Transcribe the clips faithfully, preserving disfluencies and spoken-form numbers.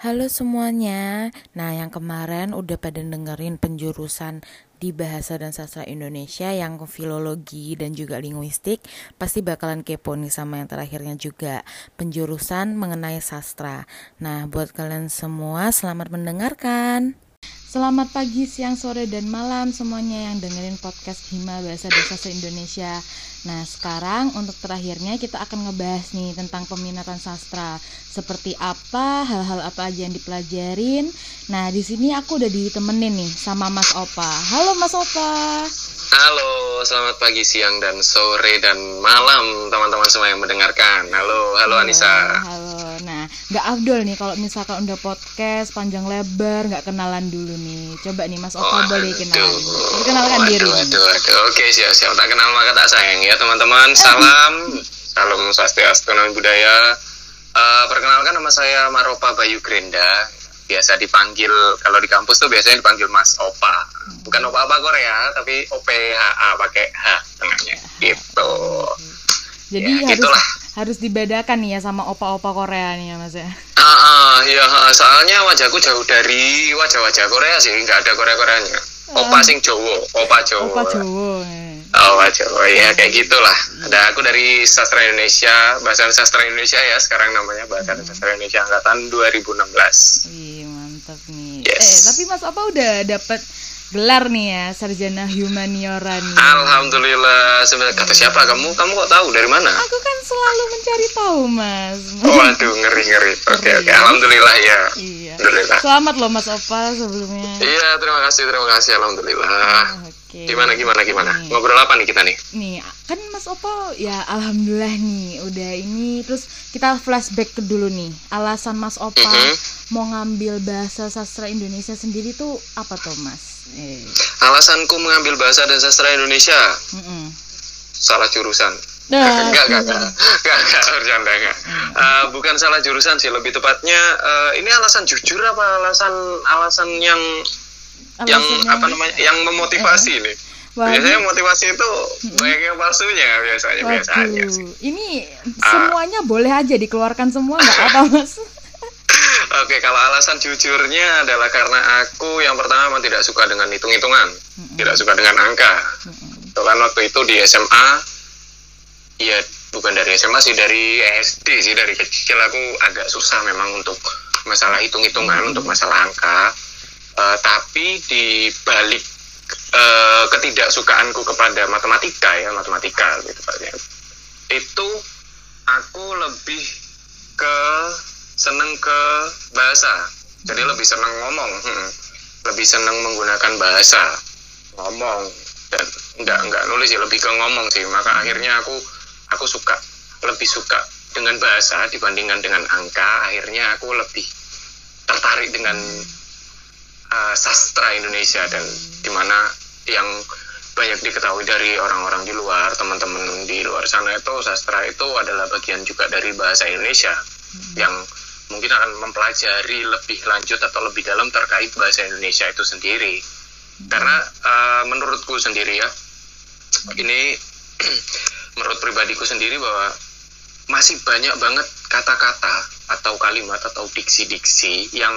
Halo semuanya. Nah, yang kemarin udah pada dengerin penjurusan di Bahasa dan Sastra Indonesia yang filologi dan juga linguistik, pasti bakalan kepo nih sama yang terakhirnya juga, penjurusan mengenai sastra. Nah, buat kalian semua selamat mendengarkan. Selamat pagi, siang, sore, dan malam semuanya yang dengerin podcast Hima Bahasa dan Sastra Indonesia. Nah, sekarang untuk terakhirnya kita akan ngebahas nih tentang peminatan sastra. Seperti apa, hal-hal apa aja yang dipelajarin. Nah, di sini aku udah ditemenin nih sama Mas Opa. Halo Mas Opa. Halo, selamat pagi, siang, dan sore, dan malam teman-teman semua yang mendengarkan. Halo, halo Anissa. Halo, nah gak afdol nih kalau misalkan udah podcast panjang lebar gak kenalan dulu nih. Coba nih Mas Opa oh, boleh kenalan. Perkenalkan waduh, diri. Waduh, waduh, oke siap-siap. Tak kenal maka tak sayang ya teman-teman. Salam, salam swastiastu, namo buddhaya. Uh, perkenalkan nama saya Maropa Bayu Grenda. Biasa dipanggil, kalau di kampus tuh biasanya dipanggil Mas Opa. Bukan Opa-Opa Korea, tapi O P H A pakai H tengahnya. Gitu. Jadi ya, harus gitulah. harus dibedakan nih ya sama opa-opa Korea nih ya Mas ya. Ah, uh, ya soalnya wajahku jauh dari wajah-wajah Korea sih, nggak ada Korea-Koreanya. Opa sing Jowo, opa Jowo. Opa Jowo. Oh, opa Jowo. Ya kayak gitulah. Ada aku dari Sastra Indonesia, Bahasa dan Sastra Indonesia ya, sekarang namanya Bahasa dan Sastra Indonesia angkatan dua ribu enam belas. Wih, mantap nih. Yes. Eh, tapi Mas Opa udah dapat gelar nih ya, sarjana humaniora nih. Alhamdulillah. Sebenarnya kata siapa kamu? Kamu kok tahu dari mana? Aku kan selalu mencari tahu, Mas. Oh, waduh, ngeri-ngeri. Oke, oke. Alhamdulillah ya. Iya. Alhamdulillah. Selamat loh Mas Opa sebelumnya. Iya, terima kasih, terima kasih. Alhamdulillah. Oke. Gimana, gimana, gimana? Nih. Ngobrol apa nih kita nih? Nih, kan Mas Opa ya alhamdulillah nih udah ini, terus kita flashback ke dulu nih. Alasan Mas Opa mm-hmm. mau ngambil bahasa sastra Indonesia sendiri tuh apa tuh, Mas? Eh. Alasanku mengambil bahasa dan sastra Indonesia, mm-mm. salah jurusan. Nah, enggak, enggak, enggak, enggak, enggak, bercanda, enggak. Uh, bukan salah jurusan sih, lebih tepatnya uh, ini alasan jujur apa alasan alasan yang alasan yang, yang apa namanya yang memotivasi uh, nih. Waduh. Biasanya motivasi itu mm-hmm. banyak yang palsunya biasanya Waduh. biasanya sih. Ini semuanya uh, boleh aja dikeluarkan semua, nggak apa Mas. Oke, kalau alasan jujurnya adalah karena aku yang pertama memang tidak suka dengan hitung-hitungan, mm-hmm. tidak suka dengan angka. Mm-hmm. Itu kan waktu itu di S M A, ya bukan dari S M A sih, dari S D sih, dari kecil aku agak susah memang untuk masalah hitung-hitungan, mm-hmm. untuk masalah angka. Uh, tapi di balik uh, ketidaksukaanku kepada matematika ya, matematika gitu itu aku lebih ke seneng ke bahasa, jadi lebih seneng ngomong, hmm. lebih seneng menggunakan bahasa ngomong dan enggak enggak nulis sih, lebih ke ngomong sih. Maka akhirnya aku aku suka lebih suka dengan bahasa dibandingkan dengan angka. Akhirnya aku lebih tertarik dengan uh, sastra Indonesia, dan dimana yang banyak diketahui dari orang-orang di luar, teman-teman di luar sana itu sastra itu adalah bagian juga dari bahasa Indonesia hmm. yang mungkin akan mempelajari lebih lanjut atau lebih dalam terkait bahasa Indonesia itu sendiri. Hmm. Karena uh, menurutku sendiri ya, ini menurut pribadiku sendiri bahwa masih banyak banget kata-kata atau kalimat atau diksi-diksi yang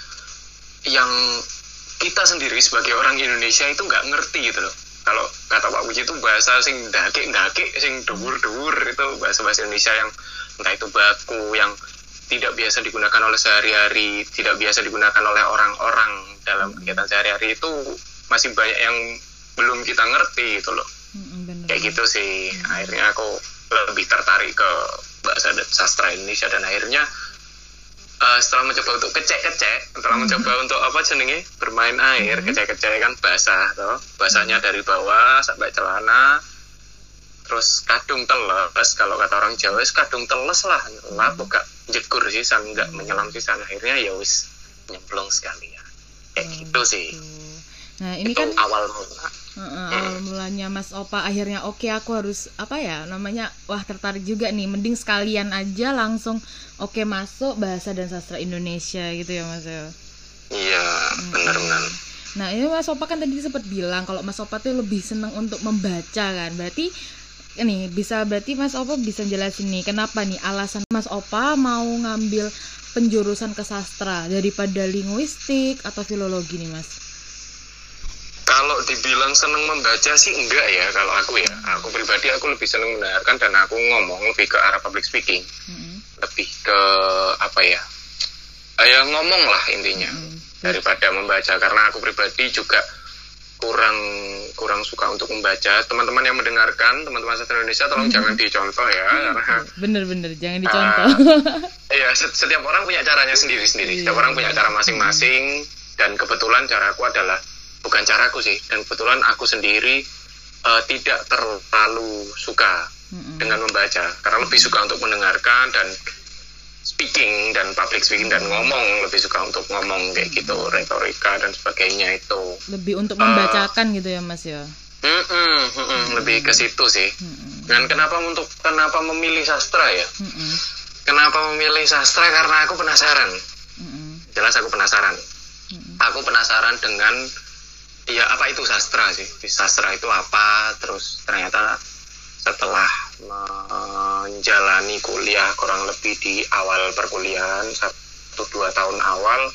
yang kita sendiri sebagai orang Indonesia itu nggak ngerti gitu loh. Kalau kata Pak Puji itu bahasa sing dake-dake, sing dhuwur-dhuwur, itu bahasa-bahasa Indonesia yang entah itu baku, yang tidak biasa digunakan oleh sehari-hari, tidak biasa digunakan oleh orang-orang dalam kegiatan sehari-hari, itu masih banyak yang belum kita ngerti gitu loh. Bener. Kayak gitu sih. Akhirnya aku lebih tertarik ke bahasa dan sastra Indonesia, dan akhirnya uh, setelah mencoba untuk kecek-kecek, setelah mencoba untuk apa jenenge bermain air, mm-hmm. kecek-kecek kan basah toh, basahnya dari bawah sampai celana. Terus kadung teles, kalau kata orang Jawa kadung teles lah, lah buka jegur sih, san nggak menyelam sih, san akhirnya ya wis nyemplung sekali ya, kayak hmm, gitu sih. Nah ini itu kan awal mula. Uh, uh, awal mulanya Mas Opa akhirnya oke okay, aku harus apa ya namanya, wah tertarik juga nih, mending sekalian aja langsung oke okay, masuk bahasa dan sastra Indonesia gitu ya Mas ya. Iya hmm. benar-benar. Nah ini Mas Opa kan tadi sempat bilang kalau Mas Opa tuh lebih senang untuk membaca kan, berarti ini bisa berarti Mas Opa bisa jelasin nih kenapa nih alasan Mas Opa mau ngambil penjurusan ke sastra daripada linguistik atau filologi nih Mas? Kalau dibilang seneng membaca sih enggak ya kalau aku ya. Aku pribadi aku lebih seneng mendengarkan dan aku ngomong lebih ke arah public speaking. Mm-hmm. Lebih ke apa ya? Ya ngomong lah intinya. Mm-hmm. Daripada membaca karena aku pribadi juga kurang kurang suka untuk membaca. Teman-teman yang mendengarkan, teman-teman sastra Indonesia tolong mm-hmm. jangan dicontoh ya karena bener-bener jangan dicontoh. Iya, uh, setiap orang punya caranya sendiri-sendiri. Setiap orang punya cara masing-masing dan kebetulan caraku adalah bukan caraku sih, dan kebetulan aku sendiri uh, tidak terlalu suka mm-hmm. dengan membaca, karena lebih suka untuk mendengarkan dan speaking dan public speaking dan ngomong, lebih suka untuk ngomong kayak gitu, retorika dan sebagainya itu. Lebih untuk membacakan uh, gitu ya Mas ya? Mm-mm, mm-mm, mm-mm. Lebih ke situ sih. Mm-mm. Dan kenapa untuk kenapa memilih sastra ya? Mm-mm. Kenapa memilih sastra? Karena aku penasaran. Mm-mm. Jelas aku penasaran. Mm-mm. Aku penasaran dengan ya apa itu sastra sih, sastra itu apa, terus ternyata setelah menjalani kuliah kurang lebih di awal perkuliahan satu dua tahun awal,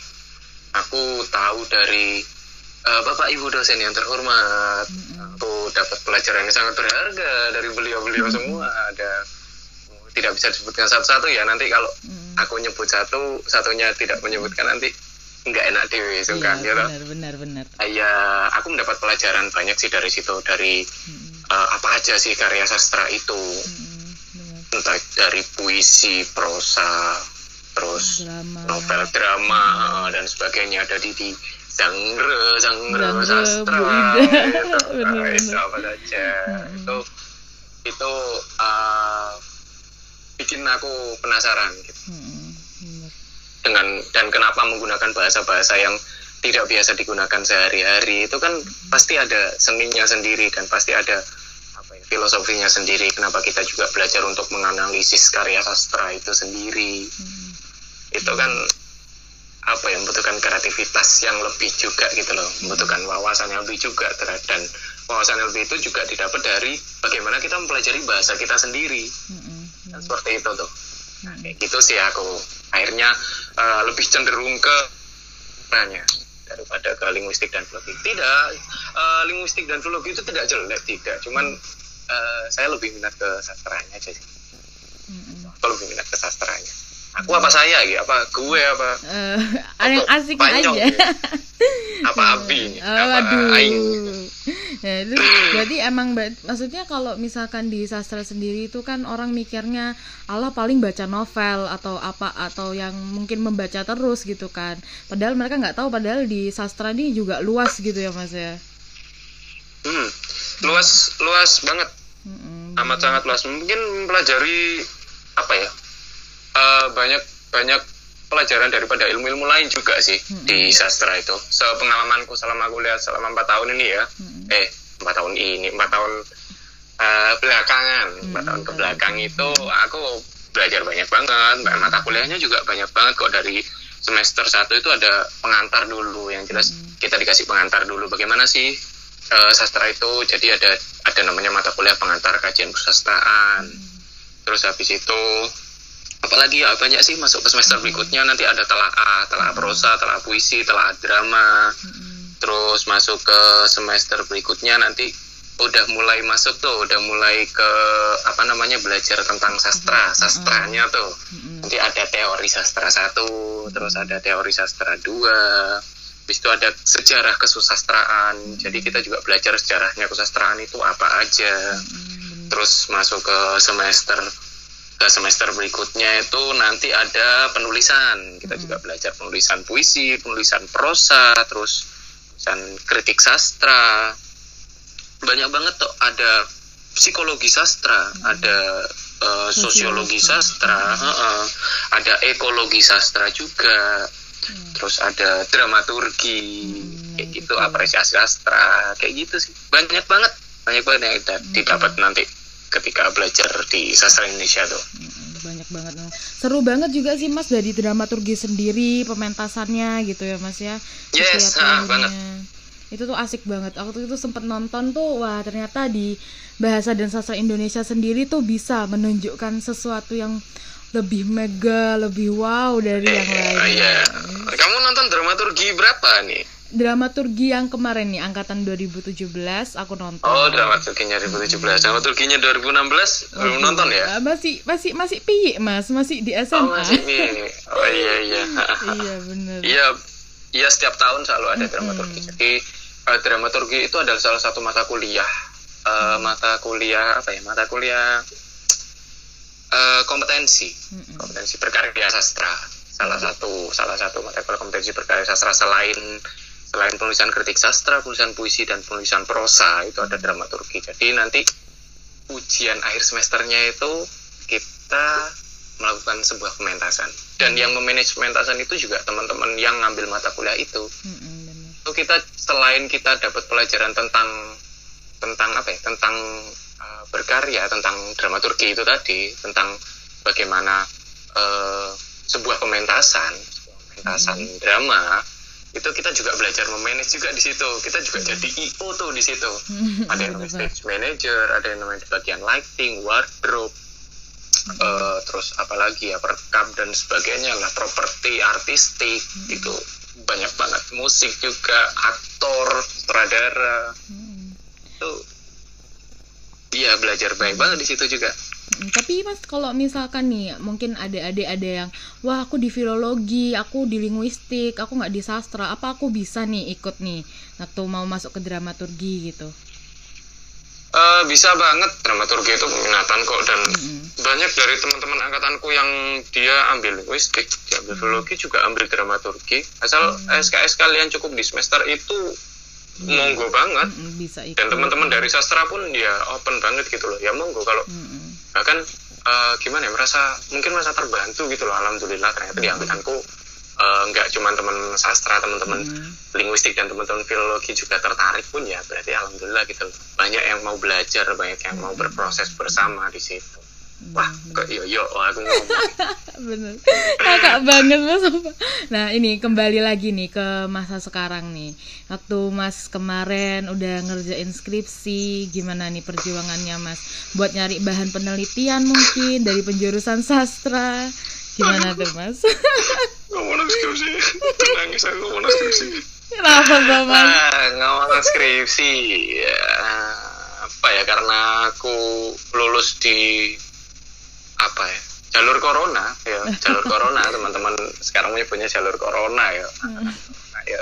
aku tahu dari uh, Bapak Ibu dosen yang terhormat, mm-hmm. aku dapat pelajaran yang sangat berharga dari beliau-beliau mm-hmm. semua. Ada tidak bisa disebutkan satu-satu ya, nanti kalau mm-hmm. aku nyebut satu, satunya tidak menyebutkan nanti nggak enak dewe so kan ya benar benar benar ya aku mendapat pelajaran banyak sih dari situ, dari hmm. uh, apa aja sih karya sastra itu, hmm, entah dari puisi, prosa, terus drama, novel, drama uh, dan sebagainya, ada di di genre genre sastra gitu, itu apa saja hmm. itu itu uh, bikin aku penasaran gitu. Hmm. Dengan dan kenapa menggunakan bahasa-bahasa yang tidak biasa digunakan sehari-hari, itu kan hmm. pasti ada seninya sendiri dan pasti ada apa ya, filosofinya sendiri. Kenapa kita juga belajar untuk menganalisis karya sastra itu sendiri, hmm. itu kan apa ya, membutuhkan kreativitas yang lebih juga gitu loh, membutuhkan wawasan yang lebih juga, dan wawasan yang lebih itu juga didapat dari bagaimana kita mempelajari bahasa kita sendiri, hmm. dan seperti itu tuh. Nah, kayak gitu sih aku akhirnya uh, lebih cenderung ke nanya daripada ke linguistik dan filologi. Tidak, uh, linguistik dan filologi itu tidak jelek, tidak. Cuman uh, saya lebih minat ke sastranya aja sih. Mm-hmm. Aku lebih minat ke sastranya. Aku apa saya gitu? Apa gue apa? Uh, ada yang asik aja. Gitu. Apa Abi? Oh, apa aduh. Aing? Ya, itu berarti emang maksudnya kalau misalkan di sastra sendiri itu kan orang mikirnya Allah paling baca novel atau apa, atau yang mungkin membaca terus gitu kan. Padahal mereka nggak tahu padahal di sastra ini juga luas gitu ya Mas ya. Hmm, luas luas banget. Mm-hmm. Amat sangat luas. Mungkin mempelajari apa ya? Uh, banyak banyak pelajaran daripada ilmu-ilmu lain juga sih mm-hmm. di sastra itu. Sepengalamanku selama kuliah selama empat tahun ini ya, mm-hmm. eh empat tahun ini empat tahun uh, belakangan empat mm-hmm. tahun kebelakang mm-hmm. itu aku belajar banyak banget. Mata kuliahnya juga banyak banget kok. Dari semester satu itu ada pengantar dulu, yang jelas mm-hmm. kita dikasih pengantar dulu bagaimana sih uh, sastra itu. Jadi ada ada namanya mata kuliah pengantar kajian kesusastraan. Mm-hmm. Terus habis itu apalagi ya banyak sih, masuk ke semester berikutnya nanti ada telaah, telaah prosa, telaah puisi, telaah drama. Mm-hmm. Terus masuk ke semester berikutnya nanti udah mulai masuk tuh, udah mulai ke apa namanya belajar tentang sastra, sastranya tuh. Mm-hmm. Nanti ada teori sastra satu, terus ada teori sastra dua. Habis itu ada sejarah kesusastraan. Mm-hmm. Jadi kita juga belajar sejarahnya kesusastraan itu apa aja. Mm-hmm. Terus masuk ke semester ke semester berikutnya itu nanti ada penulisan. Kita hmm. juga belajar penulisan puisi, penulisan prosa, terus penulisan kritik sastra. Banyak banget tuh, ada psikologi sastra, hmm. ada uh, sosiologi sastra, hmm. uh, uh, ada ekologi sastra juga. Hmm. Terus ada dramaturgi, hmm. kayak gitu, apresiasi sastra, kayak gitu sih. Banyak banget, banyak banget yang kita hmm. didapat nanti ketika belajar di sastra Indonesia tuh. Banyak banget. Seru banget juga sih Mas, dari dramaturgi sendiri, pementasannya gitu ya Mas ya. Yes, ah, banget. Itu tuh asik banget. Aku tuh itu sempet nonton tuh, wah ternyata di bahasa dan sastra Indonesia sendiri tuh bisa menunjukkan sesuatu yang lebih mega, lebih wow dari eh, yang lain. Iya. Kamu nonton dramaturgi berapa nih? Dramaturgi yang kemarin nih, angkatan dua ribu tujuh belas aku nonton. Oh, dramaturginya dua ribu tujuh belas. Hmm. Dramaturginya dua ribu enam belas oh, belum nonton ya? Masih masih masih piye, Mas? Masih di S M A. Oh, masih piye. Oh iya iya. Iya, benar. Iya, iya setiap tahun selalu ada dramaturgi. Hmm. Jadi uh, dramaturgi itu adalah salah satu mata kuliah. Uh, hmm. mata kuliah apa ya? Mata kuliah Uh, kompetensi, mm-hmm. kompetensi berkarya sastra, salah satu salah satu mata kuliah kompetensi berkarya sastra selain selain penulisan kritik sastra, penulisan puisi dan penulisan prosa itu ada dramaturgi. Jadi nanti ujian akhir semesternya itu kita melakukan sebuah pementasan dan yang memanage pementasan itu juga teman-teman yang ngambil mata kuliah itu. Mm-hmm. Itu kita selain kita dapat pelajaran tentang tentang apa ya? Tentang berkarya, tentang dramaturgi itu tadi, tentang bagaimana uh, sebuah pementasan, sebuah pementasan mm-hmm. drama itu kita juga belajar memanage juga di situ. Kita juga mm-hmm. jadi I O tuh di situ. Mm-hmm. Ada yang namanya stage manager, ada yang namanya di bagian lighting, wardrobe, mm-hmm. uh, terus apalagi ya perkap dan sebagainya lah, properti artistik mm-hmm. itu banyak banget, musik juga, aktor, sutradara mm-hmm. itu. Iya, belajar banyak banget di situ juga. Tapi Mas, kalau misalkan nih, mungkin adik-adik ada yang, wah aku di filologi, aku di linguistik, aku nggak di sastra, apa aku bisa nih ikut nih, waktu mau masuk ke dramaturgi gitu? Uh, bisa banget, dramaturgi itu peminatan kok, dan mm-hmm. banyak dari teman-teman angkatanku yang dia ambil linguistik, dia ambil filologi juga ambil dramaturgi, asal mm-hmm. S K S kalian cukup di semester itu. Hmm. Monggo banget. Hmm, bisa ikut. Dan teman-teman dari sastra pun ya open banget gitu loh. Ya monggo kalau hmm. bahkan uh, gimana ya, merasa mungkin merasa terbantu gitu loh. Alhamdulillah ternyata hmm. di angkatanku uh, nggak cuma teman sastra, teman-teman hmm. linguistik dan teman-teman filologi juga tertarik pun ya. Berarti alhamdulillah gitu loh. Banyak yang mau belajar, banyak yang hmm. mau berproses bersama di situ. Wah, kok yo yo oh, aku ngomong. Bener. Kakak banget Mas. Nah, ini kembali lagi nih ke masa sekarang nih. Waktu Mas kemarin udah ngerjain skripsi, gimana nih perjuangannya Mas? Buat nyari bahan penelitian mungkin dari penjurusan sastra. Gimana tuh Mas? Ngomong skripsi. Nangis aku ngomong skripsi. Kenapa tuh Mas? Ah, ngomong skripsi. Ya, apa ya, karena aku lulus di apa ya, jalur corona ya, jalur corona teman-teman sekarang punya jalur corona ya. Nah, ya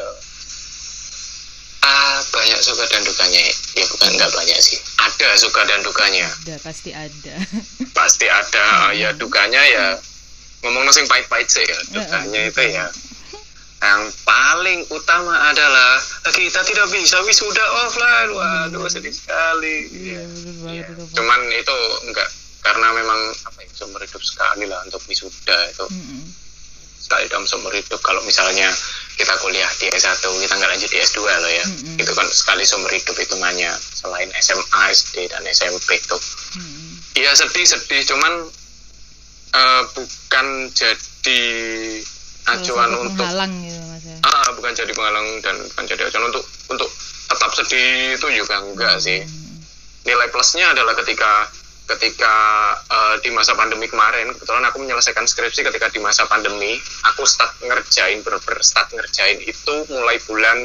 ah, banyak suka dan dukanya ya, bukan nggak banyak sih, ada suka dan dukanya, ada pasti ada pasti ada ya. Dukanya ya ngomong sing pahit-pahit sih ya, dukanya itu ya yang paling utama adalah kita tidak bisa wisuda offline. Waduh, sedih sekali ya. Ya. Cuman itu enggak, karena memang apa ya, seumur hidup sekali lah untuk wisuda itu. Mm-hmm. Sekali dalam seumur hidup. Kalau misalnya kita kuliah di S satu, kita nggak lanjut di S dua loh ya. Mm-hmm. Itu kan sekali seumur hidup hitungannya, selain S M A, S D dan S M P itu. Iya mm-hmm. sedih-sedih, cuman uh, bukan jadi acuan untuk penghalang gitu Mas ya. Ah, bukan jadi penghalang dan bukan jadi acuan untuk untuk tetap sedih itu juga enggak mm-hmm. sih. Nilai plusnya adalah ketika ketika uh, di masa pandemi kemarin, kebetulan aku menyelesaikan skripsi ketika di masa pandemi, aku start ngerjain, bener-bener start ngerjain itu mulai bulan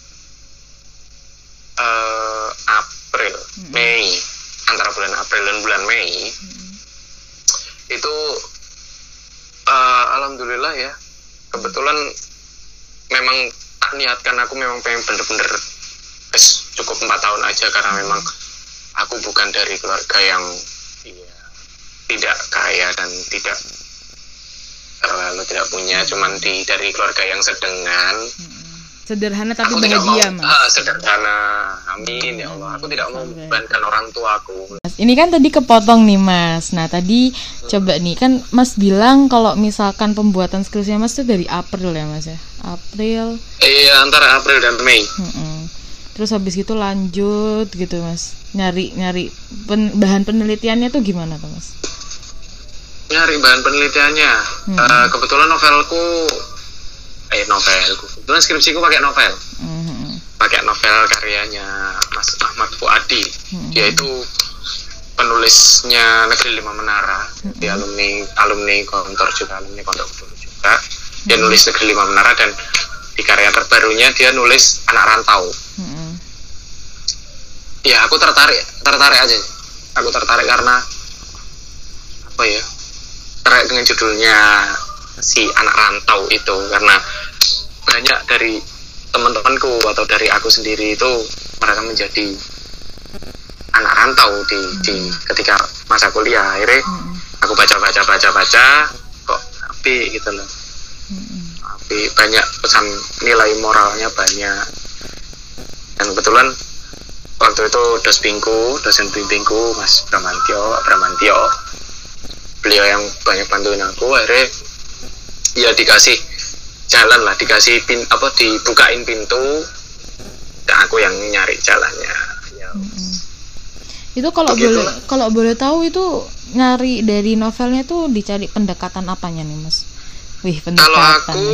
uh, April, hmm. Mei, antara bulan April dan bulan Mei, hmm. itu uh, alhamdulillah ya, kebetulan memang tak niatkan, aku memang pengen bener-bener es cukup empat tahun aja, karena memang aku bukan dari keluarga yang ya, tidak kaya dan tidak terlalu tidak punya, cuman di dari keluarga yang sedengan, sederhana tapi aku bahagia mau, Mas. Ah, sederhana, amin ya Allah. Aku tidak mau membebankan orang tuaku. Mas, ini kan tadi kepotong nih Mas. Nah tadi hmm. coba nih kan Mas bilang kalau misalkan pembuatan skripsinya Mas itu dari April ya Mas ya, April. Iya, antara April dan Mei. Hmm-mm. Terus habis gitu lanjut gitu Mas, nyari nyari pen, bahan penelitiannya tuh gimana tuh Mas? Nyari bahan penelitiannya, hmm. uh, kebetulan novelku, eh novelku, kebetulan skripsiku pakai novel, hmm. pakai novel karyanya Mas Ahmad Fuadi. Hmm. Dia itu penulisnya Negeri Lima Menara, hmm. dia alumni alumni Gontor juga, alumni Pondok Gede juga. Dia hmm. nulis Negeri Lima Menara, dan di karya terbarunya dia nulis Anak Rantau. Hmm. Ya aku tertarik, tertarik aja. Aku tertarik karena apa ya? Tertarik dengan judulnya si Anak Rantau itu, karena banyak dari teman-temanku atau dari aku sendiri itu mereka menjadi anak rantau di, hmm. di ketika masa kuliah. Akhirnya hmm. aku baca baca baca baca kok api gitu loh. Hmm. Api, banyak pesan nilai moralnya banyak. Dan kebetulan waktu itu dos bingku, dosen bimbingku Mas Bramantio, Bramantio, beliau yang banyak bantuin aku. Akhirnya ya dikasih jalan lah, dikasih pin apa dibukain pintu, dan aku yang nyari jalannya. Ya. Mm-hmm. Itu kalau begitu boleh lah. Kalau boleh tahu itu nyari dari novelnya tuh dicari pendekatan apanya nih Mas? Wih, pendekatan. Kalau aku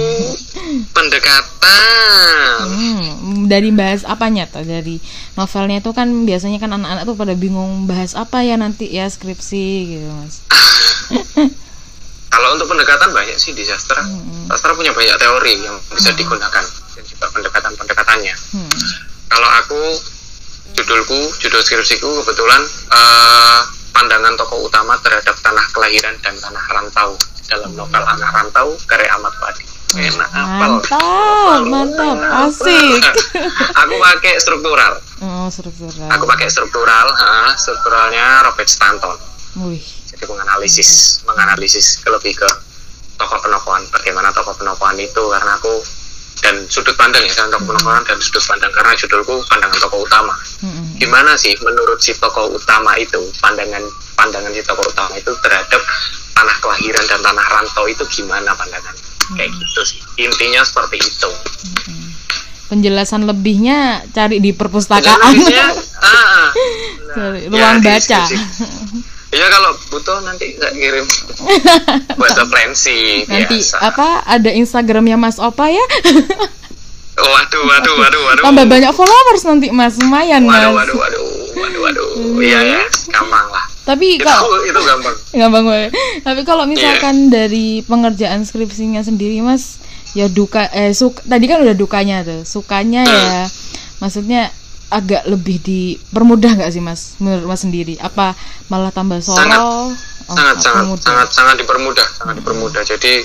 pendekatan. Hmm, dari bahas apanya tuh? Dari novelnya tuh kan biasanya kan anak-anak tuh pada bingung bahas apa ya nanti ya skripsi gitu Mas. Kalau untuk pendekatan banyak sih di sastra. Hmm. Sastra punya banyak teori yang bisa hmm. digunakan, dan juga pendekatan-pendekatannya. Hmm. Kalau aku, judulku, judul skripsiku kebetulan uh, pandangan tokoh utama terhadap tanah kelahiran dan tanah rantau dalam novel Anak Rantau karya Ahmad Fuadi. Enak, mantap, mantap, asik. Aku pakai struktural. Oh, struktural. Aku pakai struktural, ha, strukturalnya Robert Stanton. Wih. menganalisis hmm. menganalisis lebih ke tokoh penokohan, bagaimana tokoh penokohan itu, karena aku dan sudut pandang ya, tokoh hmm. penokohan dan sudut pandang, karena judulku pandangan tokoh utama. hmm. Gimana sih menurut si tokoh utama itu, pandangan pandangan si tokoh utama itu terhadap tanah kelahiran dan tanah rantau itu gimana pandangannya. hmm. Kayak gitu sih, intinya seperti itu. hmm. Penjelasan lebihnya cari di perpustakaan. ah, nah, ruang ya, baca. Iya, kalau butuh nanti nggak kirim buat referensi nanti biasa. Apa ada Instagramnya Mas Opa ya? Waduh, waduh, waduh, waduh. Tambah banyak followers nanti Mas, lumayan Mas. Waduh, waduh, waduh, waduh, waduh. Iya ya, gampang lah. Tapi itu, kalau itu gampang. Gampang banget. Tapi kalau misalkan yeah. dari pengerjaan skripsinya sendiri Mas, ya duka eh suka, tadi kan udah dukanya tuh, sukanya hmm. ya. Maksudnya agak lebih dipermudah nggak sih Mas menurut Mas sendiri? Apa malah tambah soro? Sangat, oh, sangat, sangat, sangat, sangat dipermudah, sangat hmm. dipermudah. Jadi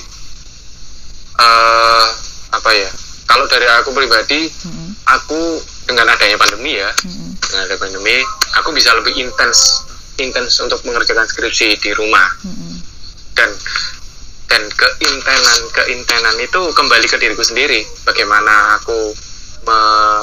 uh, apa ya? Kalau dari aku pribadi, hmm. aku dengan adanya pandemi ya, hmm. dengan adanya pandemi, aku bisa lebih intens, intens untuk mengerjakan skripsi di rumah. Hmm. Dan dan keintenan, keintenan itu kembali ke diriku sendiri. Bagaimana aku me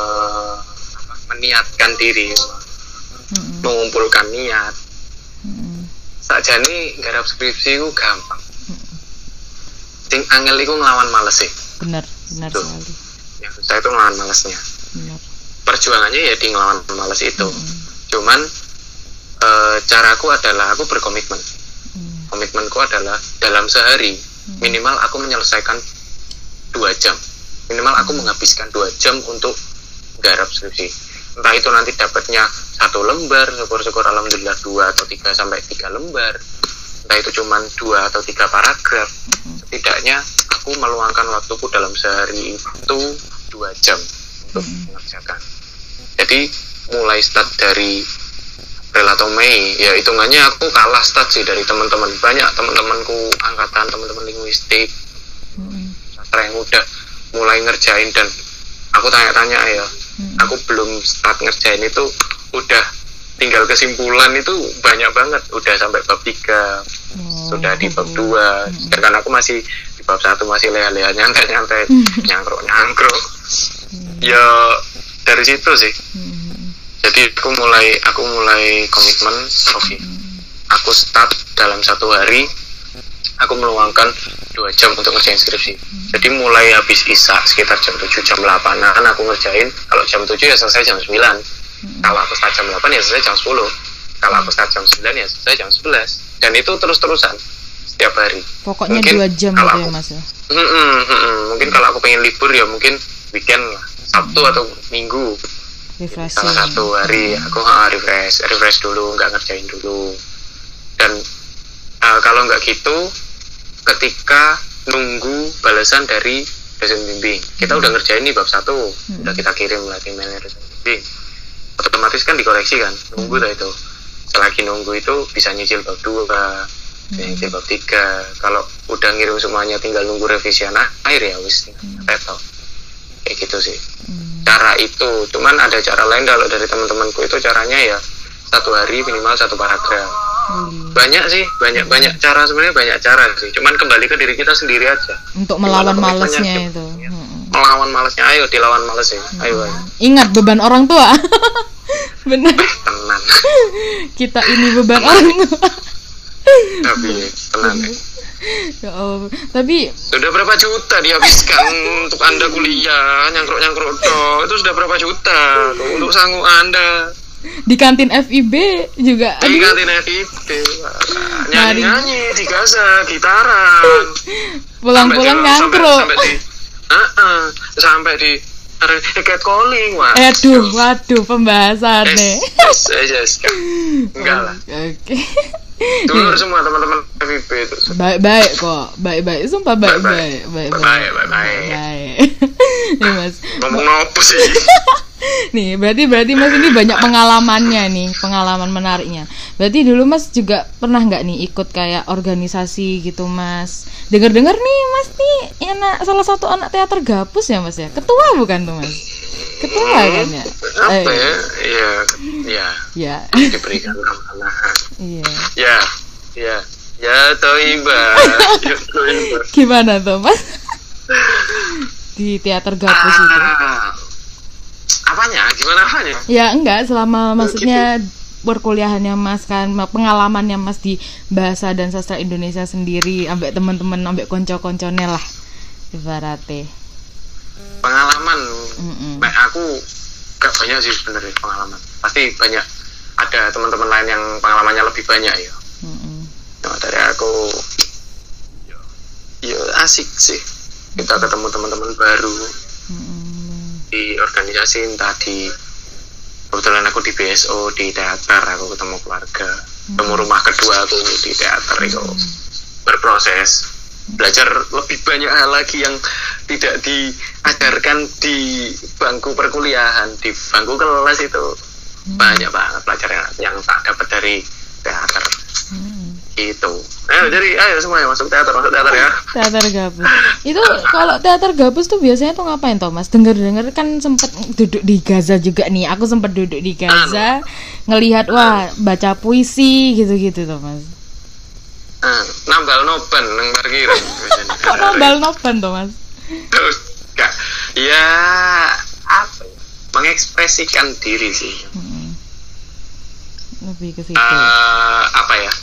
meniatkan diri, mm-hmm. mengumpulkan niat. Mm-hmm. Saja nih garap skripsi itu gampang. Mm-hmm. Sing angel itu ngelawan males sih. Benar, benar tuh. Sekali. Ya, saya itu ngelawan malesnya. Benar. Perjuangannya ya di ngelawan males itu. Mm-hmm. Cuman e, caraku adalah aku berkomitmen. Mm-hmm. Komitmenku adalah dalam sehari mm-hmm. minimal aku menyelesaikan dua jam. Minimal aku mm-hmm. menghabiskan dua jam untuk garap skripsi. Entah itu nanti dapatnya satu lembar, syukur-syukur alhamdulillah dua atau tiga sampai tiga lembar. Entah itu cuma dua atau tiga paragraf. Mm-hmm. Setidaknya aku meluangkan waktuku dalam sehari itu dua jam untuk mm-hmm. mengerjakan. Jadi mulai start dari April atau Mei, ya hitungannya aku kalah start sih dari teman-teman. Banyak teman-temanku angkatan, teman-teman linguistik, mm-hmm. sastra yang udah mulai ngerjain, dan aku tanya-tanya ya, Hmm. aku belum start ngerjain itu udah tinggal kesimpulan itu banyak banget, udah sampai bab tiga, oh, sudah di bab dua, hmm. sedangkan aku masih di bab satu, masih leha-leha, nyantai-nyantai, hmm. nyangkruk-nyangkruk. Hmm. Ya dari situ sih. Hmm. Jadi aku mulai aku mulai komitmen, oke, okay. hmm. aku start dalam satu hari, aku meluangkan dua jam untuk ngerjain skripsi. Hmm. Jadi mulai habis isya sekitar jam tujuh, jam delapan-an aku ngerjain. Kalau jam tujuh ya selesai jam sembilan. Hmm. Kalau aku start jam delapan ya selesai jam sepuluh. Kalau aku start jam sembilan ya selesai jam sebelas. Dan itu terus-terusan setiap hari. Pokoknya mungkin dua jam gitu ya Mas ya. Mm-mm, mm-mm. Mungkin kalau aku pengen libur ya mungkin weekend lah, Sabtu hmm. atau Minggu. Refreshing. Salah satu hari aku ha, refresh, refresh dulu, nggak ngerjain dulu. Dan uh, kalau nggak gitu, ketika nunggu balasan dari dosen bimbing, kita hmm. udah ngerjain nih bab satu, hmm. udah kita kirim lah emailnya dosen bimbing, otomatis kan dikoreksi kan, nunggu hmm. lah itu. Selagi nunggu itu bisa nyicil bab dua, bisa hmm. nyicil bab tiga. Kalau udah ngirim semuanya, tinggal nunggu revisian akhir ya wis, hmm. kayak gitu sih. Hmm. Cara itu, cuman ada cara lain kalau dari teman-temanku itu caranya ya satu hari minimal satu paragraf. Hmm. Banyak sih, banyak hmm. banyak cara sebenarnya banyak cara sih. Cuman kembali ke diri kita sendiri aja. Untuk melawan malesnya itu. Hmm. Melawan malesnya, ayo dilawan males ya. Hmm. Ayo, ayo. Ingat beban orang tua. Benar. Tenang. Kita ini beban orang tua. Tapi tenang ya. Ya Allah. Tapi sudah berapa juta dihabiskan untuk Anda kuliah, nyangkruk-nyangkruk toh. Itu sudah berapa juta tuh, untuk sanggup Anda. Di kantin F I B juga. Di aduh. Kantin F I B. Nyanyi-nyanyi di Gaza, gitaran. Pulang-pulang nyangkruk. Sampai, sampai di uh-uh, sampai di catcalling, wah. Aduh, waduh pembahasannya. Yes, yes, yes, yes. Enggak lah. Oke. Okay. Dulur semua teman-teman F I B itu. Baik-baik kok, baik-baik, sumpah baik-baik, baik-baik, baik-baik. Nih Mas. Ngomong apa sih? Nih, berarti berarti Mas ini banyak pengalamannya nih, pengalaman menariknya. Berarti dulu Mas juga pernah nggak nih ikut kayak organisasi gitu Mas? Dengar-dengar nih Mas nih enak salah satu anak teater Gapus ya Mas ya? Ketua bukan tuh Mas? Ketua hmm, kan ya? Apa eh. ya? Iya, iya. Ya. Diberikan amanah. Iya. Ya, ya, ya Toiba. Ya, Toiba. Gimana tuh Mas? Di teater Gapus ah, itu? Apanya? Gimana apanya? Ya enggak, selama maksudnya perkuliahannya Mas kan, pengalamannya Mas di bahasa dan sastra Indonesia sendiri, ambek teman-teman, ambek konco-koncone lah, ibaratnya. Pengalaman, nah, aku gak banyak sih sebenarnya pengalaman. Pasti banyak, ada teman-teman lain yang pengalamannya lebih banyak ya. Nah, dari aku, ya asik sih. Kita ketemu teman-teman baru mm-mm. di organisasi, entah di kebetulan aku di B S O di teater, aku ketemu keluarga, mm-hmm. ketemu rumah kedua aku di teater itu mm-hmm. berproses belajar lebih banyak hal lagi yang tidak diajarkan di bangku perkuliahan, di bangku kelas itu mm-hmm. banyak banget pelajaran yang tak dapat dari teater mm-hmm. itu. Ayo jadi ayo semuanya masuk teater, masuk teater ya. Teater Gapus. Itu kalau teater Gapus tuh biasanya tuh ngapain toh Mas? Dengar-dengar kan sempet duduk di Gaza juga nih. Aku sempet duduk di Gaza, ngelihat wah baca puisi gitu-gitu tuh Mas. Ah, nambal noben nang parkiran. Kok nambal noben tuh Mas? Terus enggak. Ya apa ya? Mengekspresikan diri sih. Hmm. Lebih ke situ. Uh, apa ya?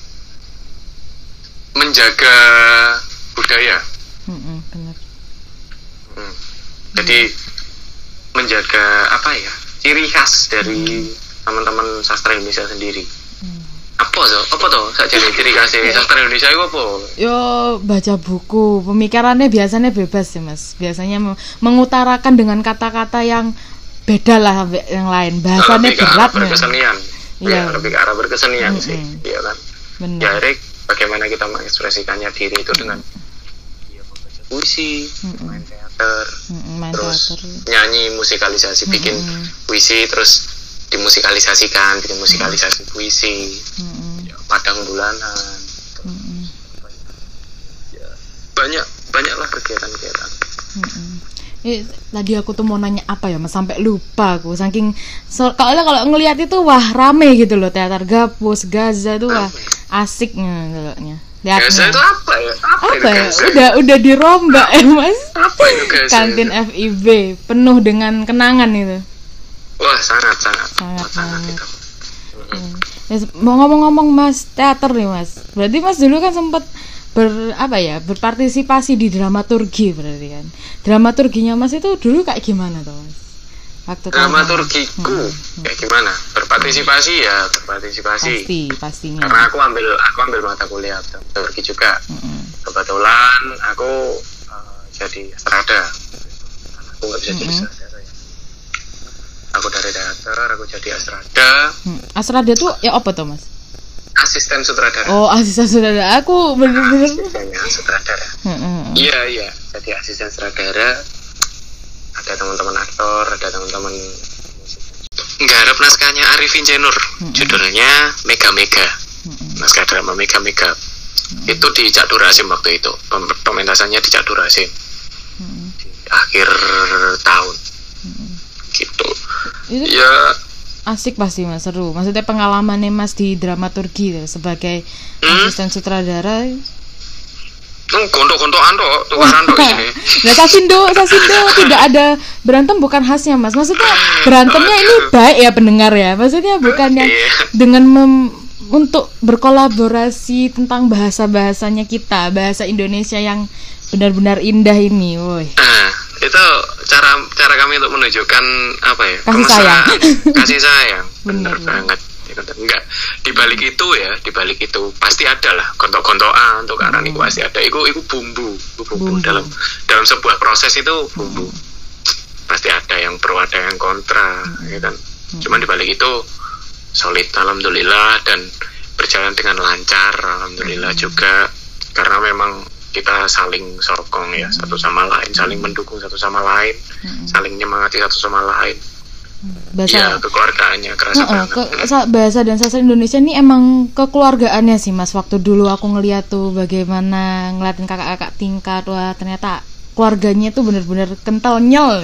Menjaga budaya. Mm-mm, benar. Hmm. Jadi mm. menjaga apa ya? Ciri khas dari mm. teman-teman sastra Indonesia sendiri. Mm. Apa tuh? Apa tuh? Saja ciri khas sastra Indonesia itu apa? Yo baca buku, pemikirannya biasanya bebas sih Mas. Biasanya mengutarakan dengan kata-kata yang beda lah yang lain. Bahasanya berat nih. Berkesenian. Iya. Ya, lebih ke arah berkesenian mm-hmm. sih, iya kan. Benar. Jadi bagaimana kita mengekspresikannya diri itu dengan ya, membaca puisi, mm-hmm. main teater, mm-hmm, main terus teater. Nyanyi, musikalisasi, mm-hmm. bikin puisi, terus dimusikalisasikan, bikin musikalisasi mm-hmm. puisi, mm-hmm. ya, padang bulanan, mm-hmm. ya, banyak banyaklah kegiatan-kegiatan. Mm-hmm. Eh, tadi aku tuh mau nanya apa ya Mas, sampai lupa aku saking so, kalau kalau ngelihat itu wah rame gitu loh teater Gapus Gaza tuh wah asiknya lihatnya. Gaza itu apa ya? Apa, apa ya? Udah udah dirombak ya Mas. Apa itu Gaza? Kantin itu? F I B penuh dengan kenangan itu. Wah sangat sangat sangat sangat itu. Hmm. Ya, mau ngomong-ngomong Mas teater nih Mas, berarti Mas dulu kan sempat ber apa ya berpartisipasi di dramaturgi berarti kan. Dramaturginya Mas itu dulu kayak gimana tuh Mas? Waktu dramaturgiku hmm. kayak gimana? Berpartisipasi ya berpartisipasi. Pasti pastinya. Karena aku ambil aku ambil mata kuliah dramaturgi juga. Hmm. Kebetulan aku uh, jadi strada. Aku nggak bisa hmm. jadi strada ya. belajar, aku jadi asrada. Hmm. Asrada tuh ya apa tuh Mas? Asisten sutradara. Oh, asisten sutradara. Aku bener-bener Asistennya sutradara. Hmm. Iya, iya. Jadi asisten sutradara. Ada teman-teman aktor, ada teman-teman nggarap naskahnya Arifin Cenur. Hmm. Judulnya Mega Mega. Hmm. Naskah drama Mega Mega. Hmm. Itu di Cak Durasim waktu itu. Pementasannya di Cak Durasim. Hmm. Di akhir tahun. Hmm. Gitu. Itu ya asik pasti Mas, seru. Maksudnya pengalamannya Mas di dramaturgi ya, sebagai hmm? asisten sutradara. Hmm, kontok-kontokan toh, tukaran toh ini. Nah, Sasindo, Sasindo tidak ada berantem bukan khasnya Mas. Maksudnya berantemnya ini baik ya pendengar ya. Maksudnya bukannya dengan mem- untuk berkolaborasi tentang bahasa-bahasanya kita, bahasa Indonesia yang benar-benar indah ini, woi. Nah, itu cara cara kami untuk menunjukkan apa ya? Kasih sayang. Kasih sayang. Bener, bener banget. Enggak, di balik itu ya, di balik itu pasti ada lah kontok-kontokan untuk karena itu pasti ada. Itu itu bumbu, itu bumbu, bumbu dalam dalam sebuah proses itu bumbu. Hmm. Pasti ada yang pro, ada yang kontra, hmm. ya kan. Hmm. Cuman di balik itu solid, alhamdulillah, dan berjalan dengan lancar, alhamdulillah hmm. juga, karena memang kita saling sokong ya, hmm. satu sama lain, saling mendukung satu sama lain, hmm. saling menyemangati satu sama lain. Bahasa, ya, kekeluargaannya kerasa uh, banget. Ke, bahasa dan sastra Indonesia ini emang kekeluargaannya sih Mas. Waktu dulu aku ngeliat tuh bagaimana ngeliatin kakak-kakak tingkat, wah ternyata keluarganya tuh bener-bener kental nyel.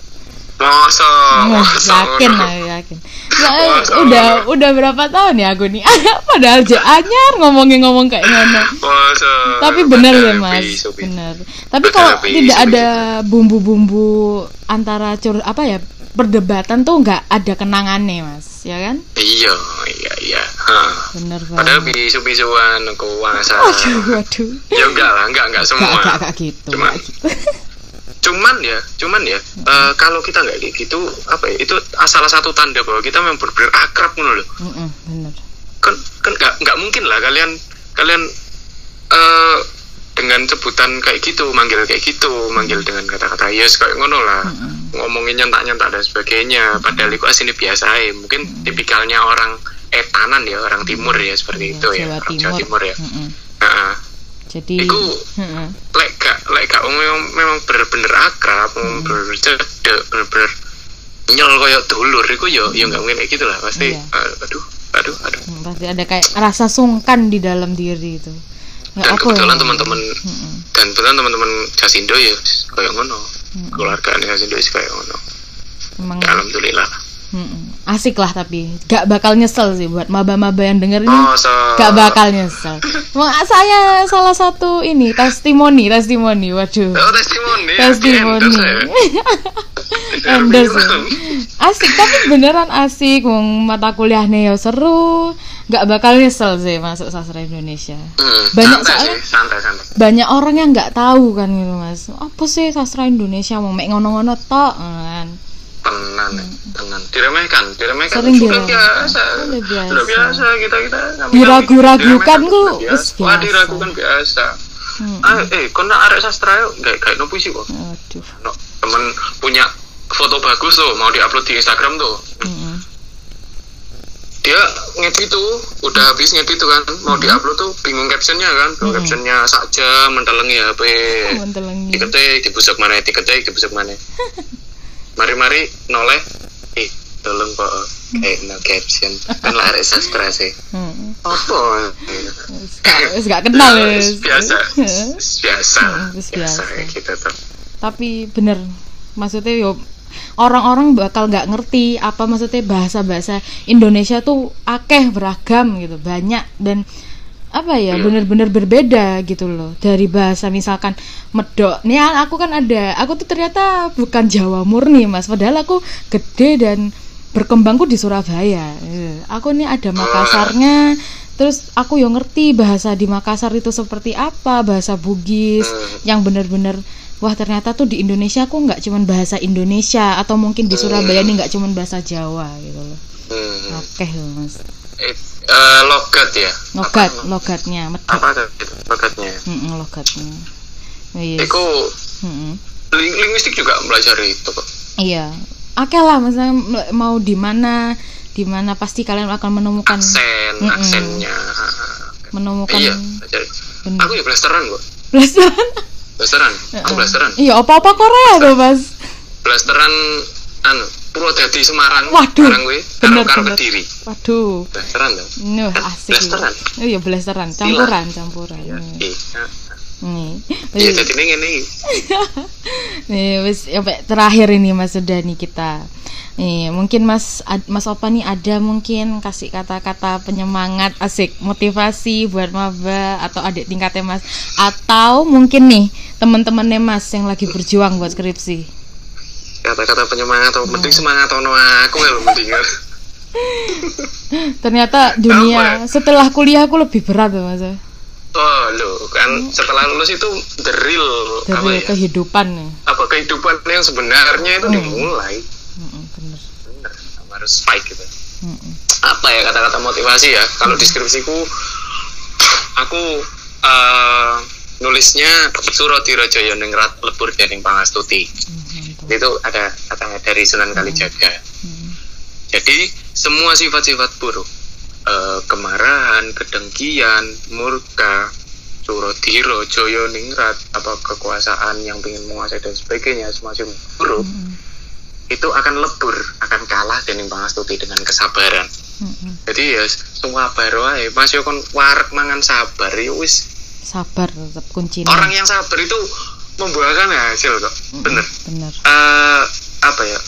Masa, masa yakin lah, yakin. Ya, udah udah berapa tahun ya aku nih. Padahal anyar ngomongin-ngomong kayak ngono. Tapi bener ya Mas, bener. Tapi kalau tidak ada bumbu-bumbu antara cur apa ya? Perdebatan tuh nggak ada kenangannya Mas, ya kan? Iya, iya, iya. Hah. Bener banget. Padahal bisu-bisuan, kuasa. Waduh, waduh. Ya enggak lah, enggak, enggak semua. Enggak, enggak gitu. Cuman, gitu. cuman ya, cuman ya, hmm. uh, kalau kita nggak kayak gitu, apa ya? Itu salah satu tanda bahwa kita memang benar-benar akrab loh. Mm-mm, bener. Kan, kan nggak, nggak mungkin lah kalian, kalian. Uh, dengan sebutan kayak gitu, manggil kayak gitu, manggil dengan kata-kata yes kayak ngono lah, mm-hmm. ngomongin nyentak-nyentak dan sebagainya. Padahal itu asini biasa ya, mungkin mm-hmm. tipikalnya orang etanan ya, orang timur ya seperti mm-hmm. itu ya, Jawa orang Timur. Jawa Timur ya. Mm-hmm. Nah, jadi itu mm-hmm. lek gak, lek gak memang, memang bener-bener akrab, mm-hmm. bener-bener cedek, bener-bener nyel kayak dulur, itu ya, mm-hmm. ya nggak mungkin kayak gitu lah, pasti. Yeah. Aduh, aduh, aduh. Mm, pasti ada kayak rasa sungkan di dalam diri itu. Dan ya, kebetulan ya? teman-teman mm-hmm. dan kebetulan teman-teman Jasindo ya kayak ngono, mm-hmm. keluarga Jasindo sih kayak ngono. Emang alhamdulillah. Mm-mm. Asik lah, tapi gak bakal nyesel sih buat maba-maba yang denger ini. Oh, so... gak bakal nyesel. Saya salah satu ini testimoni, testimoni. Waduh. Oh, testimoni. Testimoni. Endorse. Asik, tapi beneran asik. Wong mata kuliahnya ya seru. Gak bakal nyesel sih masuk sastra Indonesia. Hmm, banyak santai soalnya, sih, santai, santai. Banyak orang yang nggak tahu kan gitu Mas. Apa sih sastra Indonesia, mau mek ngono-ngono tok kan. Tenan, hmm. tenan. Diremehkan, diremehkan. Sering sudah biasa. Sudah biasa. Sudah biasa kita kita. Diragu-ragukan kok. Wah, diragukan biasa. Hmm. Ah, eh, kau nak arek sastra yuk, gak gak no puisi kok. Aduh. No, temen punya foto bagus tuh, mau diupload di Instagram tuh. Hmm. Dia ngedit tuh, udah hmm. habis ngedit tuh kan, mau hmm. diupload tuh, bingung captionnya kan, hmm. captionnya sak jam mentelengi H P, mentelengi. Diketik, dibusuk mana, diketik, dibusuk mana. Mari-mari noleh, eh tolong kok kayak no caption, kan lah ada sastra sih. Hmm. Apa? Wis gak kenal wis. Biasa, biasa, biasa gitu tuh. Tapi bener, maksudnya yo orang-orang bakal nggak ngerti apa maksudnya bahasa-bahasa Indonesia tuh akeh beragam gitu, banyak dan apa ya, benar-benar berbeda gitu loh dari bahasa misalkan medok. Nih aku kan ada, aku tuh ternyata bukan Jawa murni Mas, padahal aku gede dan berkembangku di Surabaya. Aku nih ada Makassarnya, terus aku yang ngerti bahasa di Makassar itu seperti apa, bahasa Bugis yang benar-benar wah ternyata tuh di Indonesia aku nggak cuman bahasa Indonesia, atau mungkin di Surabaya nih nggak cuman bahasa Jawa gitu loh. Oke okay, loh Mas. Uh, logat ya. Logat, apa, logatnya. Medok. Apa itu logatnya? Mm-mm, logatnya. Oh, yes. Itu mm-hmm. linguistik juga belajar itu kok. Iya. akeh lah misalnya mau di mana di mana pasti kalian akan menemukan aksen Mm-mm. aksennya menemukan iya bener. Aku ya blasteran kok blasteran blasteran aku blasteran iya apa-apa Korea tuh mas blasteran anu Purwodadi Semarang waduh barang gue karo karo Kediri waduh blasteran tuh Nuh, asik blasteran iya blasteran campuran campuran iya nih iya jadi ini ini nih wis sampai terakhir ini Mas sudah nih kita nih mungkin Mas Mas Opa nih ada mungkin kasih kata-kata penyemangat asik motivasi buat maba atau adik tingkatnya Mas atau mungkin nih teman-temannya Mas yang lagi berjuang buat skripsi kata-kata penyemangat atau penting hmm. semangat ono aku ya penting ternyata dunia setelah kuliah aku lebih berat tuh Mas. Oh lo kan hmm. setelah lulus itu the real the apa real ya kehidupan nih. Apa kehidupan yang sebenarnya itu hmm. dimulai hmm, bener bener harus fight gitu hmm. apa ya kata-kata motivasi ya kalau hmm. deskripsiku aku uh, nulisnya Surodiro Joyo Ningrat lebur dening pangastuti hmm, itu ada kata dari Sunan Kalijaga hmm. jadi semua sifat-sifat buruk Uh, kemarahan, kedengkian, murka, Surodiro, Joyo Ningrat, apa kekuasaan yang ingin menguasai dan sebagainya, semacam buruk, mm-hmm. itu akan lebur, akan kalah dening pangastuti dengan kesabaran. Mm-hmm. Jadi ya semua baru ae, Mas yo kon warek mangan sabar, yo wis sabar tetap kuncinya. Orang yang sabar itu membuahkan hasil kok, mm-hmm. bener. Bener. Uh, apa ya?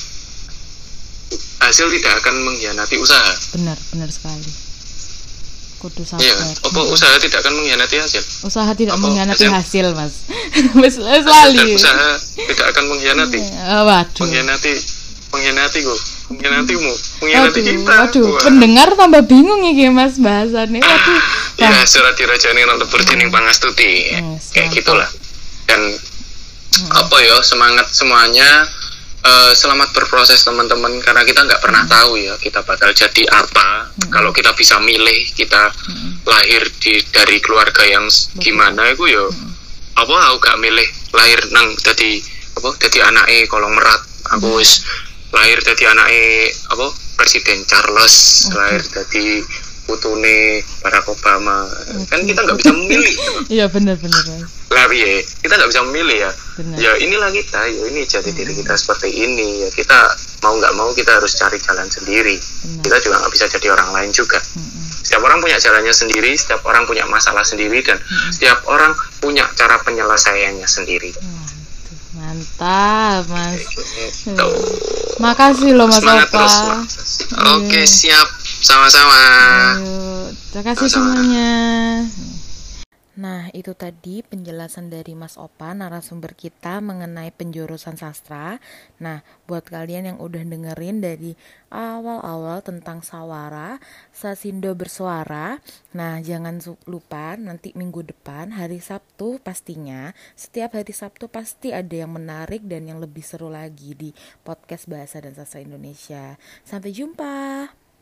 Hasil tidak akan mengkhianati usaha. Benar, benar sekali. Kudu sabar. Iya, apa hmm. usaha tidak akan mengkhianati hasil? Usaha tidak apa mengkhianati hasil, hasil Mas. Wis lali. Usaha tidak akan mengkhianati. Oh, waduh. Mengkhianati, mengkhianati kok. Mengkhianati-mu, mengkhianati waduh, kita. Waduh, Wah. Pendengar tambah bingung iki Mas bahasannya. Waduh. Ya, Surodiro Joyo Ningrat lebur dening pangastuti. Hmm, kayak gitulah. Dan hmm. apa ya, semangat semuanya. Uh, selamat berproses teman-teman karena kita nggak pernah hmm. tahu ya kita bakal jadi apa hmm. kalau kita bisa milih kita hmm. lahir di dari keluarga yang Betul. Gimana itu ya hmm. apa aku gak milih lahir nang jadi apa jadi anaknya kolong merat aku hmm. wis lahir jadi anaknya apa Presiden Charles okay. lahir jadi putune Barack Obama okay. kan kita nggak bisa memilih iya benar-benar lah ya kita nggak bisa memilih ya benar. Ya inilah kita ya ini jadi diri kita seperti ini ya kita mau nggak mau kita harus cari jalan sendiri benar. Kita juga nggak bisa jadi orang lain juga mm-hmm. Setiap orang punya jalannya sendiri setiap orang punya masalah sendiri dan mm-hmm. setiap orang punya cara penyelesaiannya sendiri. Mantap Mas gitu. Makasih loh Mas Semangat Opa terus, oke siap sama-sama. Ayo, terima kasih sama-sama. Semuanya. Nah, itu tadi penjelasan dari Mas Opa, narasumber kita mengenai penjurusan sastra. Nah, buat kalian yang udah dengerin dari awal-awal tentang Sawara, Sasindo Bersuara. Nah, jangan lupa nanti minggu depan, hari Sabtu pastinya, setiap hari Sabtu pasti ada yang menarik dan yang lebih seru lagi di podcast Bahasa dan Sastra Indonesia. Sampai jumpa.